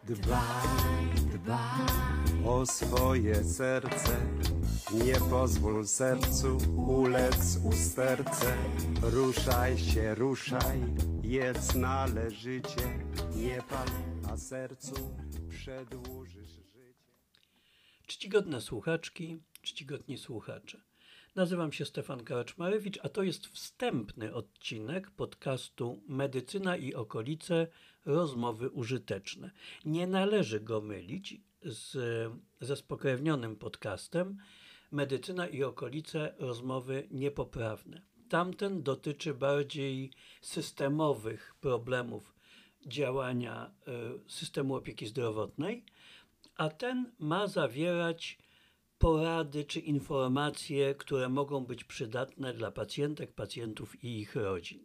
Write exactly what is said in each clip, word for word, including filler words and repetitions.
Dbaj, dbaj o swoje serce, nie pozwól sercu ulec usterce. Ruszaj się, ruszaj, jedz należycie, nie pal, a sercu przedłużysz życie. Czcigodne słuchaczki, czcigodni słuchacze. Nazywam się Stefan Karaczmarewicz, a to jest wstępny odcinek podcastu Medycyna i okolice – rozmowy użyteczne. Nie należy go mylić z, ze spokrewnionym podcastem Medycyna i okolice – rozmowy niepoprawne. Tamten dotyczy bardziej systemowych problemów działania y, systemu opieki zdrowotnej, a ten ma zawierać porady czy informacje, które mogą być przydatne dla pacjentek, pacjentów i ich rodzin.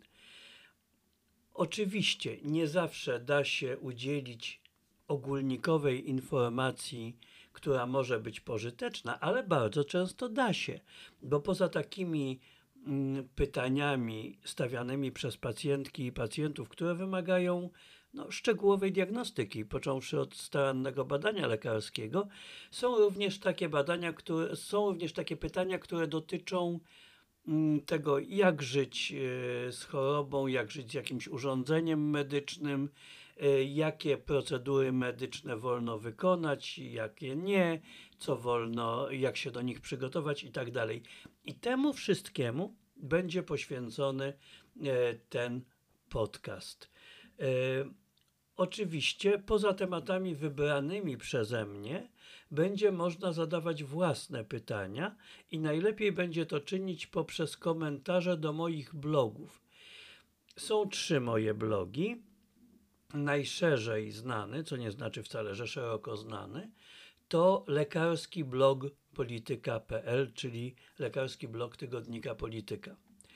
Oczywiście nie zawsze da się udzielić ogólnikowej informacji, która może być pożyteczna, ale bardzo często da się, bo poza takimi mm, pytaniami stawianymi przez pacjentki i pacjentów, które wymagają no, szczegółowej diagnostyki, począwszy od starannego badania lekarskiego, są również takie badania, które, są również takie pytania, które dotyczą mm, tego, jak żyć y, z chorobą, jak żyć z jakimś urządzeniem medycznym, y, jakie procedury medyczne wolno wykonać, jakie nie, co wolno, jak się do nich przygotować i tak dalej. I temu wszystkiemu będzie poświęcony y, ten podcast. Y, Oczywiście poza tematami wybranymi przeze mnie będzie można zadawać własne pytania i najlepiej będzie to czynić poprzez komentarze do moich blogów. Są trzy moje blogi. Najszerzej znany, co nie znaczy wcale, że szeroko znany, to lekarski blog polityka kropka p l, czyli lekarski blog tygodnika Polityka.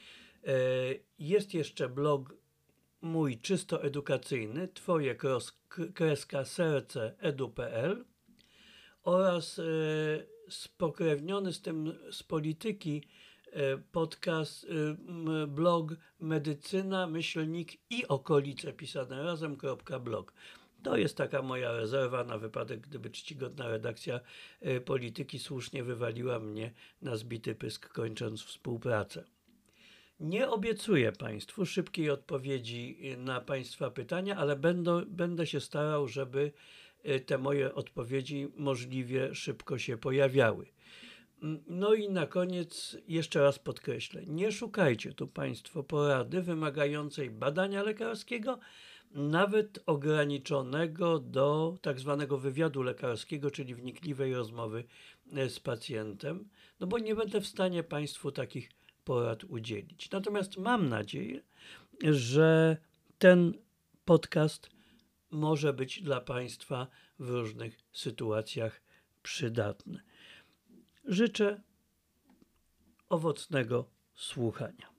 Jest jeszcze blog mój czysto edukacyjny, twoje kreska serce edu kropka p l oraz e, spokrewniony z tym z polityki e, podcast, e, blog medycyna, myślnik i okolice pisane razem, kropka blog. To jest taka moja rezerwa na wypadek, gdyby czcigodna redakcja e, polityki słusznie wywaliła mnie na zbity pysk, kończąc współpracę. Nie obiecuję Państwu szybkiej odpowiedzi na Państwa pytania, ale będę, będę się starał, żeby te moje odpowiedzi możliwie szybko się pojawiały. No i na koniec jeszcze raz podkreślę, nie szukajcie tu Państwo porady wymagającej badania lekarskiego, nawet ograniczonego do tak zwanego wywiadu lekarskiego, czyli wnikliwej rozmowy z pacjentem, no bo nie będę w stanie Państwu takich porad udzielić. Natomiast mam nadzieję, że ten podcast może być dla Państwa w różnych sytuacjach przydatny. Życzę owocnego słuchania.